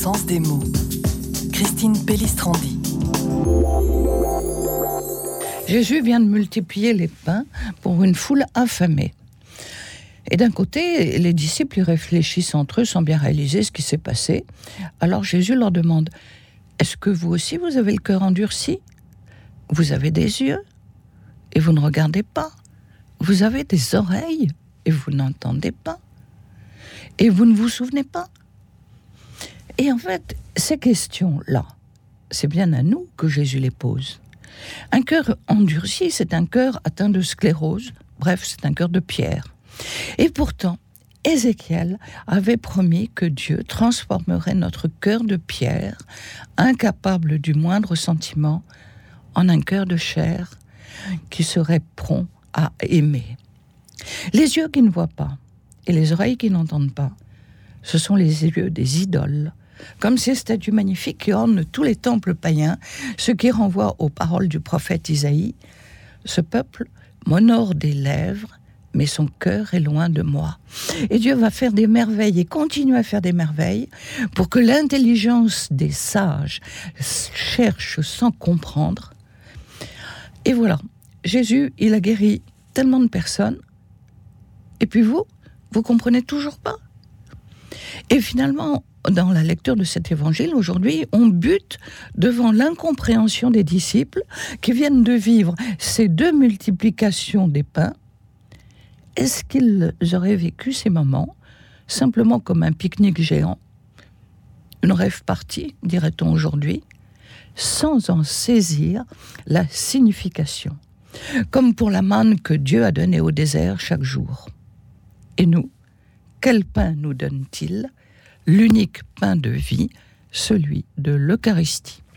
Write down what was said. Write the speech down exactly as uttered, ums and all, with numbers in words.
sens des mots. Christine Pellistrandi. Jésus vient de multiplier les pains pour une foule affamée. Et d'un côté, les disciples y réfléchissent entre eux sans bien réaliser ce qui s'est passé. Alors Jésus leur demande « Est-ce que vous aussi vous avez le cœur endurci ? Vous avez des yeux et vous ne regardez pas. Vous avez des oreilles et vous n'entendez pas. Et vous ne vous souvenez pas. » Et en fait, ces questions-là, c'est bien à nous que Jésus les pose. Un cœur endurci, c'est un cœur atteint de sclérose. Bref, c'est un cœur de pierre. Et pourtant, Ézéchiel avait promis que Dieu transformerait notre cœur de pierre, incapable du moindre sentiment, en un cœur de chair qui serait prompt à aimer. Les yeux qui ne voient pas et les oreilles qui n'entendent pas, ce sont les yeux des idoles, comme ces statues magnifiques qui ornent tous les temples païens, ce qui renvoie aux paroles du prophète Isaïe. Ce peuple m'honore des lèvres, mais son cœur est loin de moi. Et Dieu va faire des merveilles et continue à faire des merveilles pour que l'intelligence des sages cherche sans comprendre. Et voilà, Jésus, il a guéri tellement de personnes. Et puis vous, vous comprenez toujours pas. Et finalement, dans la lecture de cet évangile, aujourd'hui, on bute devant l'incompréhension des disciples qui viennent de vivre ces deux multiplications des pains. Est-ce qu'ils auraient vécu ces moments simplement comme un pique-nique géant, une rêve partie, dirait-on aujourd'hui, sans en saisir la signification, comme pour la manne que Dieu a donnée au désert chaque jour. Et nous, quel pain nous donne-t-il ? L'unique pain de vie, celui de l'Eucharistie.